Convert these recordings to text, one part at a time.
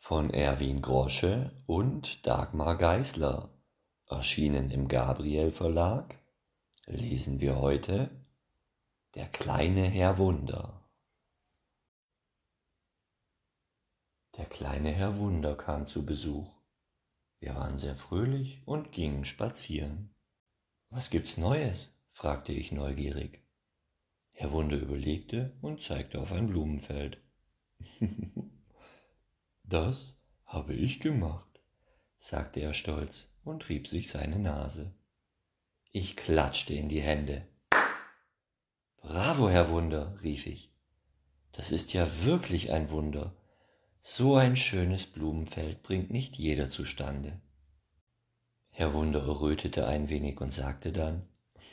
von Erwin Grosche und Dagmar Geisler, erschienen im Gabriel Verlag, lesen wir heute Der kleine Herr Wunder. Der kleine Herr Wunder kam zu Besuch. Wir waren sehr fröhlich und gingen spazieren. »Was gibt's Neues?« fragte ich neugierig. Herr Wunder überlegte und zeigte auf ein Blumenfeld. »Das habe ich gemacht«, sagte er stolz und rieb sich seine Nase. Ich klatschte in die Hände. »Bravo, Herr Wunder«, rief ich. »Das ist ja wirklich ein Wunder. So ein schönes Blumenfeld bringt nicht jeder zustande.« Herr Wunder errötete ein wenig und sagte dann,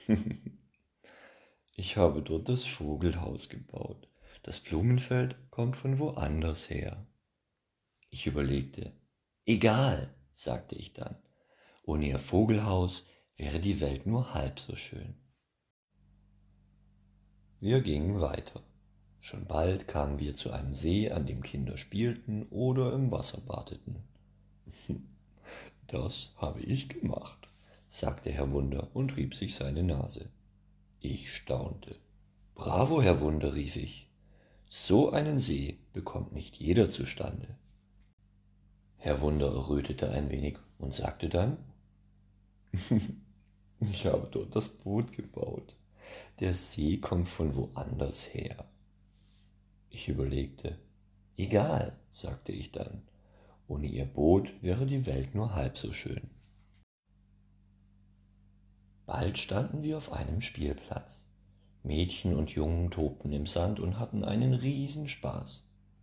»Ich habe dort das Vogelhaus gebaut. Das Blumenfeld kommt von woanders her.« Ich überlegte. »Egal«, sagte ich dann. »Ohne Ihr Vogelhaus wäre die Welt nur halb so schön.« Wir gingen weiter. Schon bald kamen wir zu einem See, an dem Kinder spielten oder im Wasser badeten. »Das habe ich gemacht«, sagte Herr Wunder und rieb sich seine Nase. Ich staunte. »Bravo, Herr Wunder«, rief ich. »So einen See bekommt nicht jeder zustande.« Herr Wunder errötete ein wenig und sagte dann, »Ich habe dort das Boot gebaut. Der See kommt von woanders her.« Ich überlegte. »Egal«, sagte ich dann. »Ohne Ihr Boot wäre die Welt nur halb so schön.« Bald standen wir auf einem Spielplatz. Mädchen und Jungen tobten im Sand und hatten einen Riesenspaß.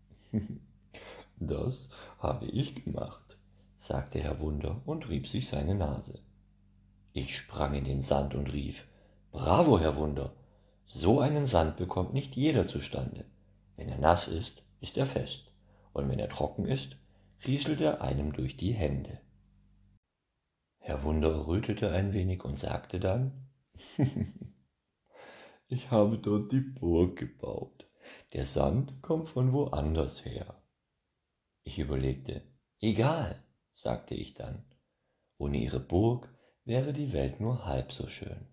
»Das habe ich gemacht«, sagte Herr Wunder und rieb sich seine Nase. Ich sprang in den Sand und rief, »Bravo, Herr Wunder! So einen Sand bekommt nicht jeder zustande. Wenn er nass ist, ist er fest, und wenn er trocken ist, rieselt er einem durch die Hände.« Herr Wunder errötete ein wenig und sagte dann, »Ich habe dort die Burg gebaut. Der Sand kommt von woanders her.« Ich überlegte. »Egal«, sagte ich dann. »Ohne Ihre Burg wäre die Welt nur halb so schön.«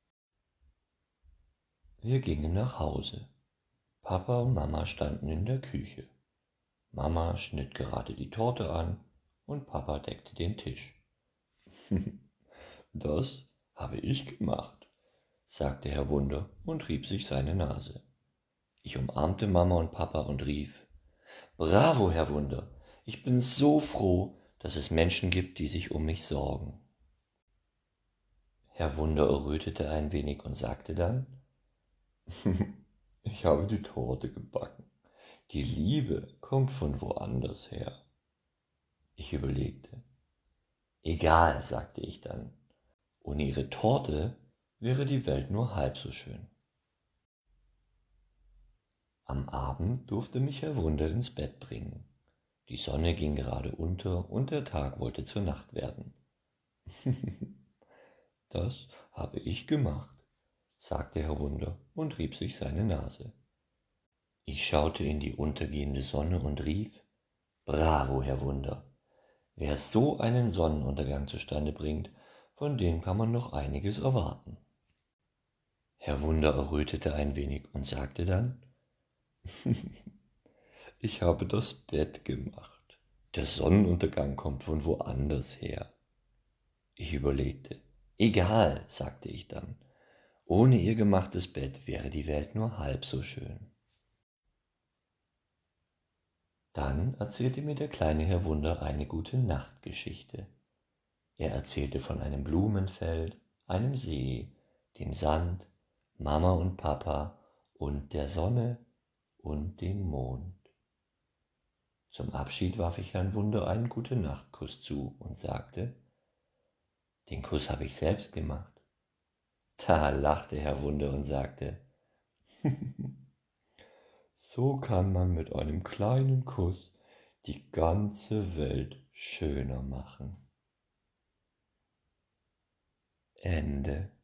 Wir gingen nach Hause. Papa und Mama standen in der Küche. Mama schnitt gerade die Torte an und Papa deckte den Tisch. »Das habe ich gemacht«, sagte Herr Wunder und rieb sich seine Nase. Ich umarmte Mama und Papa und rief, »Bravo, Herr Wunder! Ich bin so froh, dass es Menschen gibt, die sich um mich sorgen.« Herr Wunder errötete ein wenig und sagte dann, »Ich habe die Torte gebacken. Die Liebe kommt von woanders her.« Ich überlegte. »Egal«, sagte ich dann. »Ohne Ihre Torte wäre die Welt nur halb so schön.« Am Abend durfte mich Herr Wunder ins Bett bringen. Die Sonne ging gerade unter und der Tag wollte zur Nacht werden. »Das habe ich gemacht«, sagte Herr Wunder und rieb sich seine Nase. Ich schaute in die untergehende Sonne und rief, »Bravo, Herr Wunder! Wer so einen Sonnenuntergang zustande bringt, von dem kann man noch einiges erwarten.« Herr Wunder errötete ein wenig und sagte dann, »Ich habe das Bett gemacht. Der Sonnenuntergang kommt von woanders her.« Ich überlegte. »Egal«, sagte ich dann. »Ohne Ihr gemachtes Bett wäre die Welt nur halb so schön.« Dann erzählte mir der kleine Herr Wunder eine Gute-Nacht-Geschichte. Er erzählte von einem Blumenfeld, einem See, dem Sand, Mama und Papa und der Sonne und dem Mond. Zum Abschied warf ich Herrn Wunder einen Gute-Nacht-Kuss zu und sagte, »Den Kuss habe ich selbst gemacht.« Da lachte Herr Wunder und sagte, »So kann man mit einem kleinen Kuss die ganze Welt schöner machen.« Ende.